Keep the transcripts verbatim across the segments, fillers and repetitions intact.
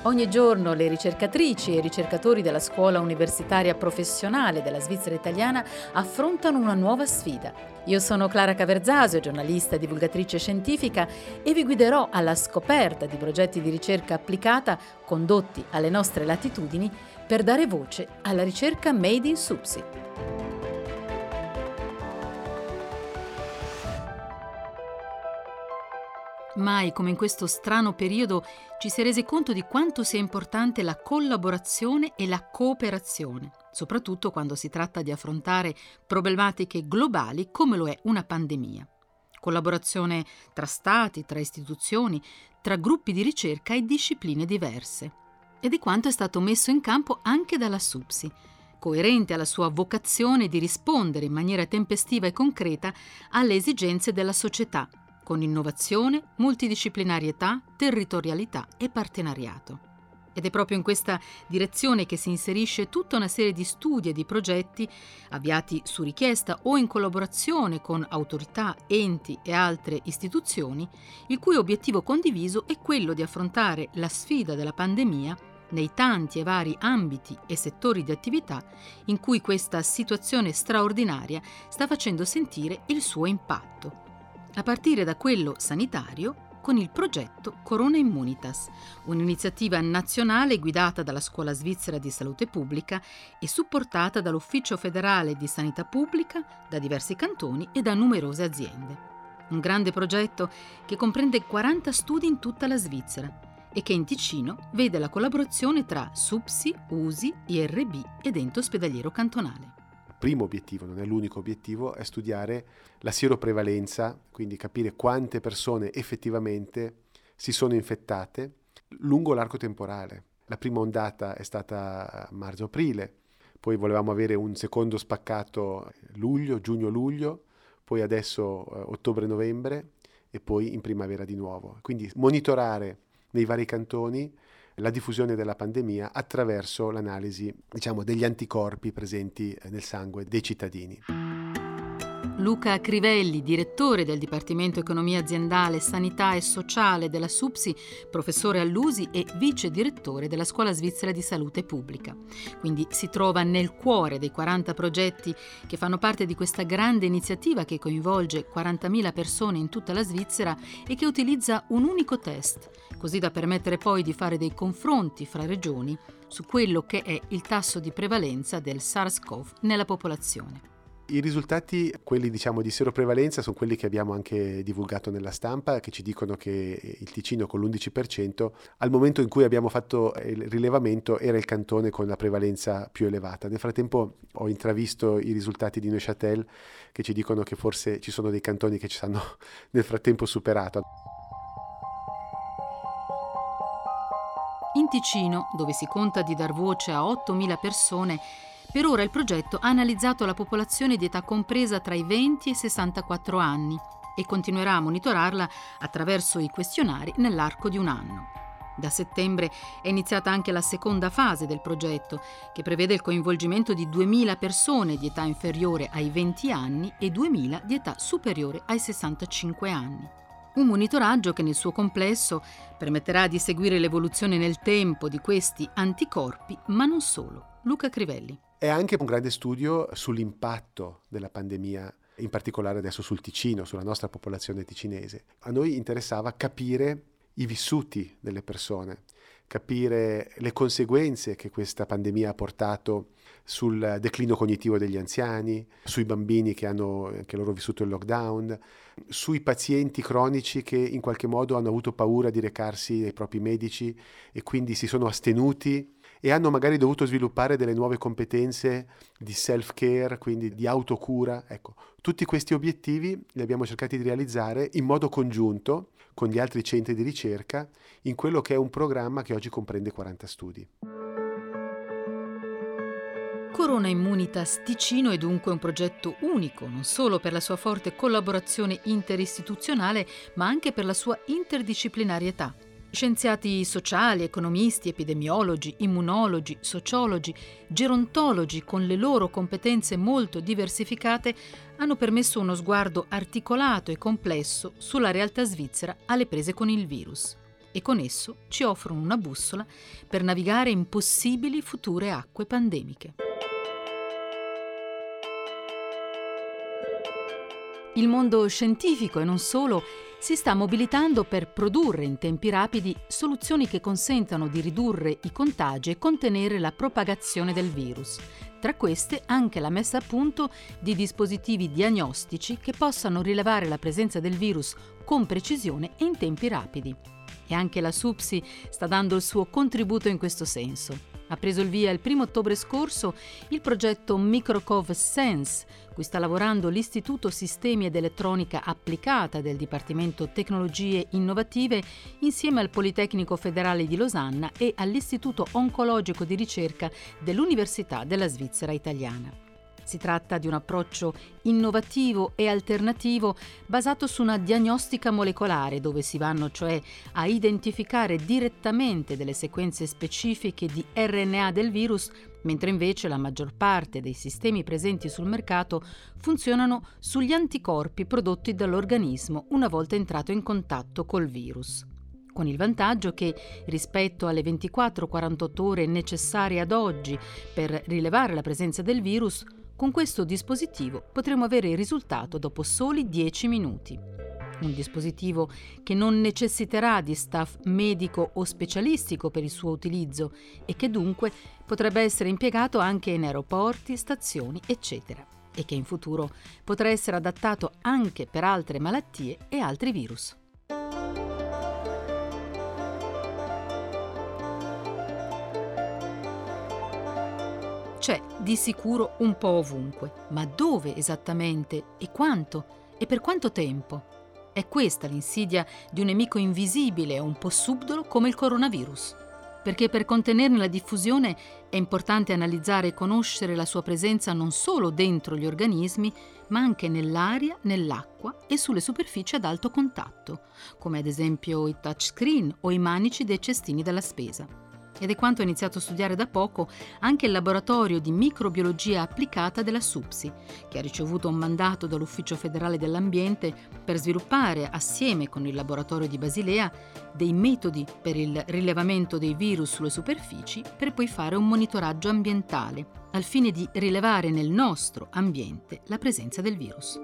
Ogni giorno le ricercatrici e i ricercatori della Scuola Universitaria Professionale della Svizzera Italiana affrontano una nuova sfida. Io sono Clara Caverzasio, giornalista e divulgatrice scientifica, e vi guiderò alla scoperta di progetti di ricerca applicata condotti alle nostre latitudini per dare voce alla ricerca Made in SUPSI. Mai come in questo strano periodo ci si è resi conto di quanto sia importante la collaborazione e la cooperazione, soprattutto quando si tratta di affrontare problematiche globali come lo è una pandemia. Collaborazione tra stati, tra istituzioni, tra gruppi di ricerca e discipline diverse. E di quanto è stato messo in campo anche dalla SUPSI, coerente alla sua vocazione di rispondere in maniera tempestiva e concreta alle esigenze della società, con innovazione, multidisciplinarietà, territorialità e partenariato. Ed è proprio in questa direzione che si inserisce tutta una serie di studi e di progetti avviati su richiesta o in collaborazione con autorità, enti e altre istituzioni, il cui obiettivo condiviso è quello di affrontare la sfida della pandemia nei tanti e vari ambiti e settori di attività in cui questa situazione straordinaria sta facendo sentire il suo impatto. A partire da quello sanitario con il progetto Corona Immunitas, un'iniziativa nazionale guidata dalla Scuola Svizzera di Salute Pubblica e supportata dall'Ufficio Federale di Sanità Pubblica, da diversi cantoni e da numerose aziende. Un grande progetto che comprende quaranta studi in tutta la Svizzera e che in Ticino vede la collaborazione tra SUPSI, U S I, I R B ed ente ospedaliero cantonale. Il primo obiettivo, non è l'unico obiettivo, è studiare la sieroprevalenza, quindi capire quante persone effettivamente si sono infettate lungo l'arco temporale. La prima ondata è stata a marzo-aprile, poi volevamo avere un secondo spaccato luglio, giugno-luglio, poi adesso eh, ottobre-novembre e poi in primavera di nuovo. Quindi monitorare nei vari cantoni la diffusione della pandemia attraverso l'analisi, diciamo, degli anticorpi presenti nel sangue dei cittadini. Luca Crivelli, direttore del Dipartimento Economia Aziendale, Sanità e Sociale della SUPSI, professore all'U S I e vice direttore della Scuola Svizzera di Salute Pubblica. Quindi si trova nel cuore dei quaranta progetti che fanno parte di questa grande iniziativa che coinvolge quarantamila persone in tutta la Svizzera e che utilizza un unico test, così da permettere poi di fare dei confronti fra regioni su quello che è il tasso di prevalenza del SARS-CoV nella popolazione. I risultati, quelli diciamo di seroprevalenza, sono quelli che abbiamo anche divulgato nella stampa, che ci dicono che il Ticino con l'undici per cento al momento in cui abbiamo fatto il rilevamento era il cantone con la prevalenza più elevata. Nel frattempo ho intravisto i risultati di Neuchâtel che ci dicono che forse ci sono dei cantoni che ci hanno nel frattempo superato. In Ticino, dove si conta di dar voce a ottomila persone, per ora il progetto ha analizzato la popolazione di età compresa tra i venti e i sessantaquattro anni e continuerà a monitorarla attraverso i questionari nell'arco di un anno. Da settembre è iniziata anche la seconda fase del progetto, che prevede il coinvolgimento di duemila persone di età inferiore ai venti anni e duemila di età superiore ai sessantacinque anni. Un monitoraggio che nel suo complesso permetterà di seguire l'evoluzione nel tempo di questi anticorpi, ma non solo. Luca Crivelli. È anche un grande studio sull'impatto della pandemia, in particolare adesso sul Ticino, sulla nostra popolazione ticinese. A noi interessava capire i vissuti delle persone, capire le conseguenze che questa pandemia ha portato sul declino cognitivo degli anziani, sui bambini che hanno anche loro vissuto il lockdown, sui pazienti cronici che in qualche modo hanno avuto paura di recarsi ai propri medici e quindi si sono astenuti e hanno magari dovuto sviluppare delle nuove competenze di self-care, quindi di autocura. Ecco, tutti questi obiettivi li abbiamo cercati di realizzare in modo congiunto con gli altri centri di ricerca in quello che è un programma che oggi comprende quaranta studi. Corona Immunitas Ticino è dunque un progetto unico, non solo per la sua forte collaborazione interistituzionale, ma anche per la sua interdisciplinarietà. Scienziati sociali, economisti, epidemiologi, immunologi, sociologi, gerontologi con le loro competenze molto diversificate hanno permesso uno sguardo articolato e complesso sulla realtà svizzera alle prese con il virus. e con esso ci offrono una bussola per navigare in possibili future acque pandemiche. Il mondo scientifico e non solo si sta mobilitando per produrre in tempi rapidi soluzioni che consentano di ridurre i contagi e contenere la propagazione del virus. Tra queste anche la messa a punto di dispositivi diagnostici che possano rilevare la presenza del virus con precisione e in tempi rapidi. E anche la SUPSI sta dando il suo contributo in questo senso. Ha preso il via il primo ottobre scorso il progetto Microcov Sense, cui sta lavorando l'Istituto Sistemi ed Elettronica Applicata del Dipartimento Tecnologie Innovative insieme al Politecnico Federale di Losanna e all'Istituto Oncologico di Ricerca dell'Università della Svizzera Italiana. Si tratta di un approccio innovativo e alternativo basato su una diagnostica molecolare, dove si vanno cioè a identificare direttamente delle sequenze specifiche di R N A del virus, mentre invece la maggior parte dei sistemi presenti sul mercato funzionano sugli anticorpi prodotti dall'organismo una volta entrato in contatto col virus. Con il vantaggio che, rispetto alle ventiquattro quarantotto ore necessarie ad oggi per rilevare la presenza del virus, con questo dispositivo potremo avere il risultato dopo soli dieci minuti. Un dispositivo che non necessiterà di staff medico o specialistico per il suo utilizzo e che dunque potrebbe essere impiegato anche in aeroporti, stazioni, eccetera, e che in futuro potrà essere adattato anche per altre malattie e altri virus. C'è di sicuro un po' ovunque, ma dove esattamente e quanto e per quanto tempo? È questa l'insidia di un nemico invisibile e un po' subdolo come il coronavirus. Perché per contenerne la diffusione è importante analizzare e conoscere la sua presenza non solo dentro gli organismi, ma anche nell'aria, nell'acqua e sulle superfici ad alto contatto, come ad esempio i touchscreen o i manici dei cestini della spesa. Ed è quanto ha iniziato a studiare da poco anche il laboratorio di microbiologia applicata della SUPSI, che ha ricevuto un mandato dall'Ufficio federale dell'ambiente per sviluppare, assieme con il laboratorio di Basilea, dei metodi per il rilevamento dei virus sulle superfici per poi fare un monitoraggio ambientale, al fine di rilevare nel nostro ambiente la presenza del virus.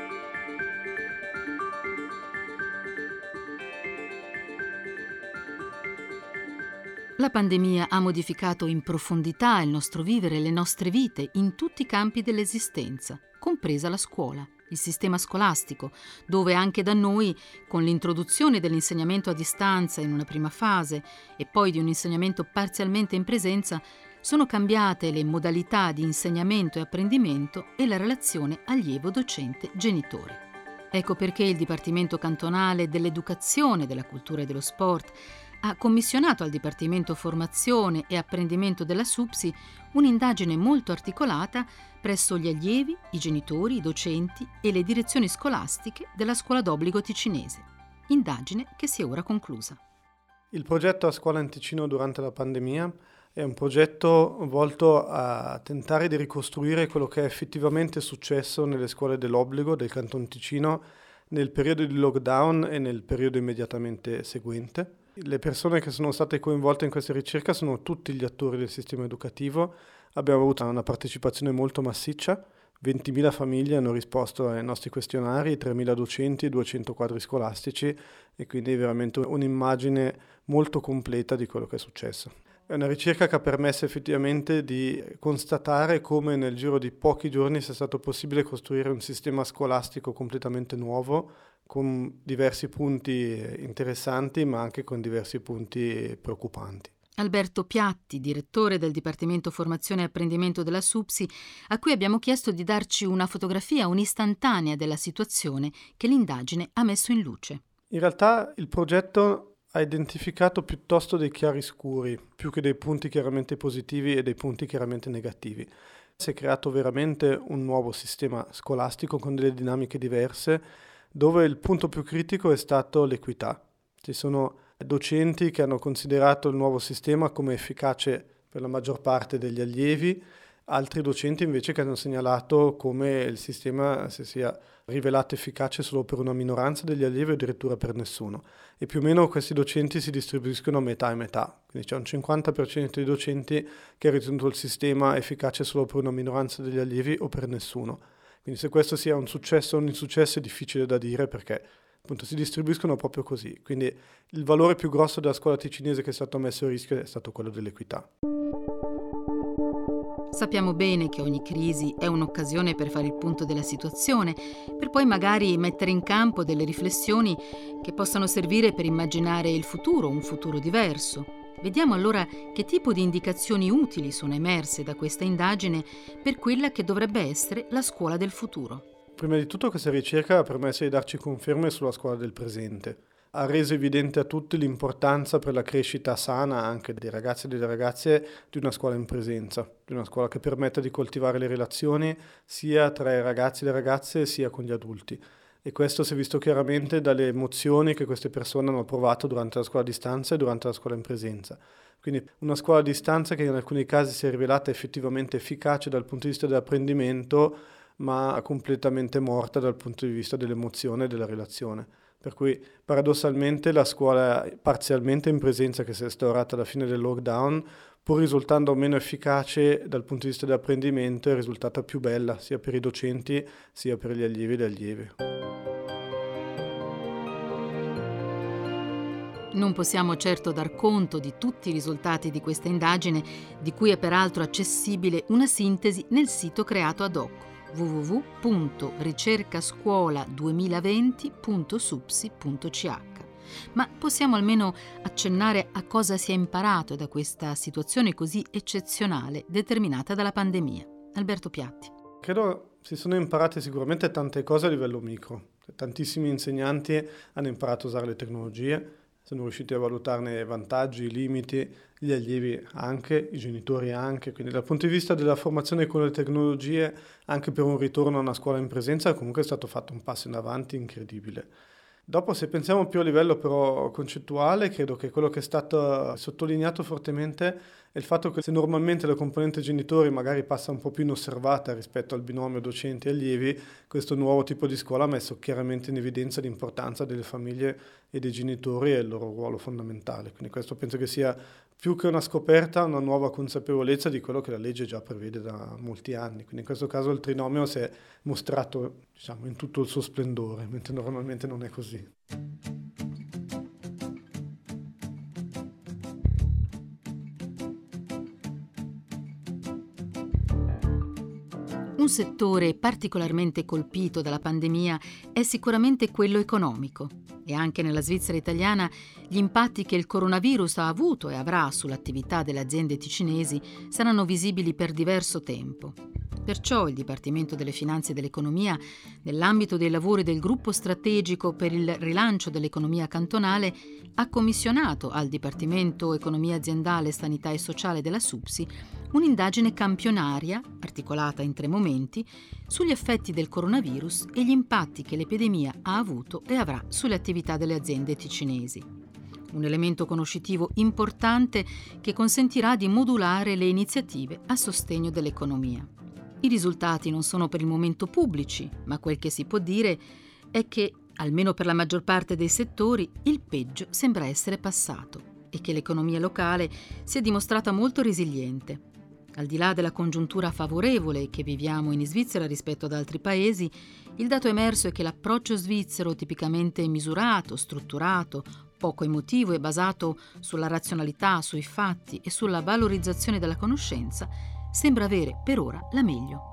La pandemia ha modificato in profondità il nostro vivere e le nostre vite in tutti i campi dell'esistenza, compresa la scuola, il sistema scolastico, dove anche da noi, con l'introduzione dell'insegnamento a distanza in una prima fase e poi di un insegnamento parzialmente in presenza, sono cambiate le modalità di insegnamento e apprendimento e la relazione allievo-docente-genitore. Ecco perché il Dipartimento Cantonale dell'Educazione, della Cultura e dello Sport ha commissionato al Dipartimento Formazione e Apprendimento della SUPSI un'indagine molto articolata presso gli allievi, i genitori, i docenti e le direzioni scolastiche della scuola d'obbligo ticinese. Indagine che si è ora conclusa. Il progetto A Scuola in Ticino durante la pandemia è un progetto volto a tentare di ricostruire quello che è effettivamente successo nelle scuole dell'obbligo del Canton Ticino nel periodo di lockdown e nel periodo immediatamente seguente. Le persone che sono state coinvolte in questa ricerca sono tutti gli attori del sistema educativo. Abbiamo avuto una partecipazione molto massiccia, ventimila famiglie hanno risposto ai nostri questionari, tremila docenti e duecento quadri scolastici e quindi veramente un'immagine molto completa di quello che è successo. È una ricerca che ha permesso effettivamente di constatare come nel giro di pochi giorni sia stato possibile costruire un sistema scolastico completamente nuovo, con diversi punti interessanti ma anche con diversi punti preoccupanti. Alberto Piatti, direttore del Dipartimento Formazione e Apprendimento della SUPSI, a cui abbiamo chiesto di darci una fotografia, un'istantanea della situazione che l'indagine ha messo in luce. In realtà il progetto ha identificato piuttosto dei chiaroscuri, più che dei punti chiaramente positivi e dei punti chiaramente negativi. Si è creato veramente un nuovo sistema scolastico con delle dinamiche diverse, dove il punto più critico è stato l'equità. Ci sono docenti che hanno considerato il nuovo sistema come efficace per la maggior parte degli allievi altri docenti invece che hanno segnalato come il sistema si sia rivelato efficace solo per una minoranza degli allievi o addirittura per nessuno. E più o meno questi docenti si distribuiscono a metà e metà, quindi c'è un cinquanta per cento di docenti che ha ritenuto il sistema efficace solo per una minoranza degli allievi o per nessuno. Quindi se questo sia un successo o un insuccesso è difficile da dire, perché appunto si distribuiscono proprio così. Quindi il valore più grosso della scuola ticinese che è stato messo a rischio è stato quello dell'equità. Sappiamo bene che ogni crisi è un'occasione per fare il punto della situazione, per poi magari mettere in campo delle riflessioni che possano servire per immaginare il futuro, un futuro diverso. Vediamo allora che tipo di indicazioni utili sono emerse da questa indagine per quella che dovrebbe essere la scuola del futuro. Prima di tutto questa ricerca ha permesso di darci conferme sulla scuola del presente. Ha reso evidente a tutti l'importanza per la crescita sana anche dei ragazzi e delle ragazze di una scuola in presenza, di una scuola che permetta di coltivare le relazioni sia tra i ragazzi e le ragazze sia con gli adulti. E questo si è visto chiaramente dalle emozioni che queste persone hanno provato durante la scuola a distanza e durante la scuola in presenza. Quindi una scuola a distanza che in alcuni casi si è rivelata effettivamente efficace dal punto di vista dell'apprendimento, ma completamente morta dal punto di vista dell'emozione e della relazione. Per cui paradossalmente la scuola parzialmente in presenza che si è instaurata alla fine del lockdown, pur risultando meno efficace dal punto di vista dell'apprendimento, è risultata più bella sia per i docenti sia per gli allievi e le allieve. Non possiamo certo dar conto di tutti i risultati di questa indagine, di cui è peraltro accessibile una sintesi nel sito creato ad hoc w w w punto ricercascuola duemilaventi punto supsi punto c h. Ma possiamo almeno accennare a cosa si è imparato da questa situazione così eccezionale determinata dalla pandemia. Alberto Piatti. Credo si sono imparate sicuramente tante cose a livello micro. Tantissimi insegnanti hanno imparato a usare le tecnologie, sono riusciti a valutarne i vantaggi, i limiti, gli allievi anche, i genitori anche. Quindi dal punto di vista della formazione con le tecnologie, anche per un ritorno a una scuola in presenza, comunque è stato fatto un passo in avanti incredibile. Dopo, se pensiamo più a livello però concettuale, credo che quello che è stato sottolineato fortemente è il fatto che se normalmente la componente genitori magari passa un po' più inosservata rispetto al binomio docenti-allievi, questo nuovo tipo di scuola ha messo chiaramente in evidenza l'importanza delle famiglie e dei genitori e il loro ruolo fondamentale. Quindi questo penso che sia più che una scoperta, una nuova consapevolezza di quello che la legge già prevede da molti anni. Quindi in questo caso il trinomio si è mostrato, diciamo, in tutto il suo splendore, mentre normalmente non è così. Un settore particolarmente colpito dalla pandemia è sicuramente quello economico, e anche nella Svizzera italiana gli impatti che il coronavirus ha avuto e avrà sull'attività delle aziende ticinesi saranno visibili per diverso tempo. Perciò il Dipartimento delle Finanze e dell'Economia, nell'ambito dei lavori del gruppo strategico per il rilancio dell'economia cantonale, ha commissionato al Dipartimento Economia Aziendale, Sanità e Sociale della SUPSI un'indagine campionaria, articolata in tre momenti, sugli effetti del coronavirus e gli impatti che l'epidemia ha avuto e avrà sulle attività delle aziende ticinesi. Un elemento conoscitivo importante che consentirà di modulare le iniziative a sostegno dell'economia. I risultati non sono per il momento pubblici, ma quel che si può dire è che, almeno per la maggior parte dei settori, il peggio sembra essere passato e che l'economia locale si è dimostrata molto resiliente. Al di là della congiuntura favorevole che viviamo in Svizzera rispetto ad altri paesi, il dato emerso è che l'approccio svizzero tipicamente misurato, strutturato, poco emotivo e basato sulla razionalità, sui fatti e sulla valorizzazione della conoscenza sembra avere per ora la meglio.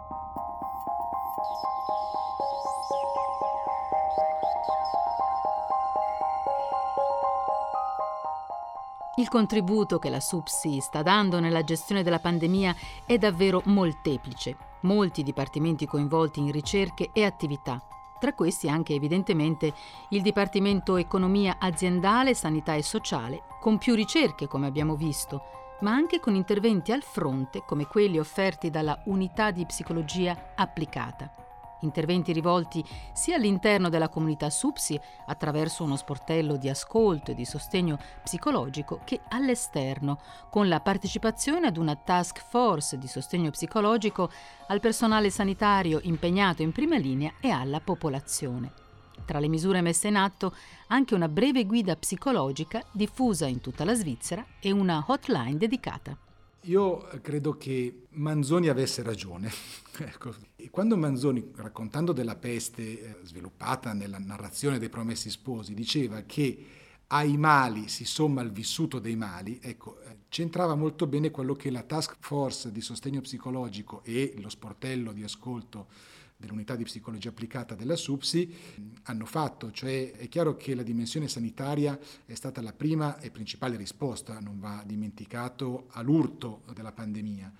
Il contributo che la SUPSI sta dando nella gestione della pandemia è davvero molteplice. Molti dipartimenti coinvolti in ricerche e attività. Tra questi anche evidentemente il Dipartimento Economia Aziendale, Sanità e Sociale, con più ricerche come abbiamo visto, ma anche con interventi al fronte come quelli offerti dalla Unità di Psicologia Applicata. Interventi rivolti sia all'interno della comunità S U P S I, attraverso uno sportello di ascolto e di sostegno psicologico, che all'esterno, con la partecipazione ad una task force di sostegno psicologico al personale sanitario impegnato in prima linea e alla popolazione. Tra le misure messe in atto anche una breve guida psicologica diffusa in tutta la Svizzera e una hotline dedicata. Io credo che Manzoni avesse ragione. Ecco. Quando Manzoni, raccontando della peste eh, sviluppata nella narrazione dei Promessi Sposi, diceva che ai mali si somma il vissuto dei mali, ecco, eh, c'entrava molto bene quello che la task force di sostegno psicologico e lo sportello di ascolto dell'unità di psicologia applicata della S U P S I hanno fatto. Cioè è chiaro che la dimensione sanitaria è stata la prima e principale risposta, non va dimenticato, all'urto della pandemia,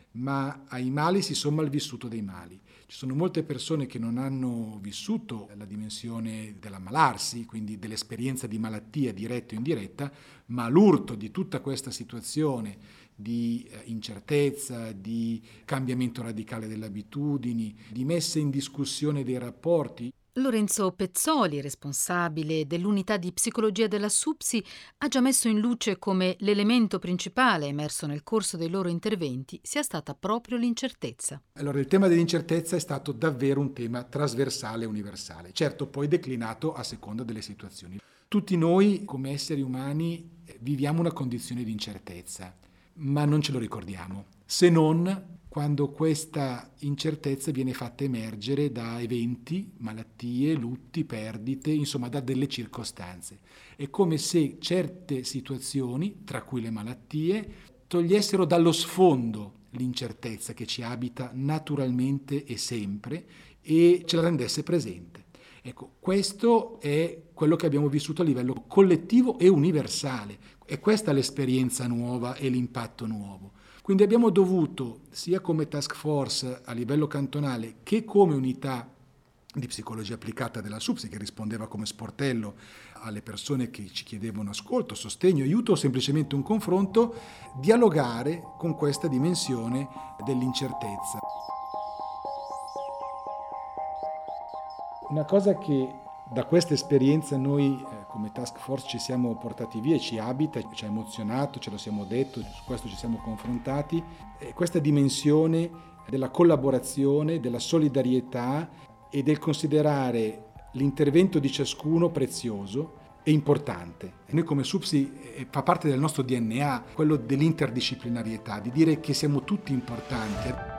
ma ai mali si somma il vissuto dei mali. Ci sono molte persone che non hanno vissuto la dimensione dell'ammalarsi, quindi dell'esperienza di malattia diretta o indiretta, ma l'urto di tutta questa situazione di incertezza, di cambiamento radicale delle abitudini, di messa in discussione dei rapporti. Lorenzo Pezzoli, responsabile dell'unità di psicologia della S U P S I, ha già messo in luce come l'elemento principale emerso nel corso dei loro interventi sia stata proprio l'incertezza. Allora, il tema dell'incertezza è stato davvero un tema trasversale e universale, certo poi declinato a seconda delle situazioni. Tutti noi, come esseri umani, viviamo una condizione di incertezza, ma non ce lo ricordiamo, se non quando questa incertezza viene fatta emergere da eventi, malattie, lutti, perdite, insomma da delle circostanze. È come se certe situazioni, tra cui le malattie, togliessero dallo sfondo l'incertezza che ci abita naturalmente e sempre e ce la rendesse presente. Ecco, questo è quello che abbiamo vissuto a livello collettivo e universale. È questa l'esperienza nuova e l'impatto nuovo. Quindi abbiamo dovuto, sia come task force a livello cantonale che come unità di psicologia applicata della S U P S I, che rispondeva come sportello alle persone che ci chiedevano ascolto, sostegno, aiuto o semplicemente un confronto, dialogare con questa dimensione dell'incertezza. Una cosa che da questa esperienza noi eh, come task force ci siamo portati via e ci abita, ci ha emozionato, ce lo siamo detto, su questo ci siamo confrontati, è questa dimensione della collaborazione, della solidarietà e del considerare l'intervento di ciascuno prezioso e importante. Noi come S U P S I eh, fa parte del nostro D N A, quello dell'interdisciplinarietà, di dire che siamo tutti importanti.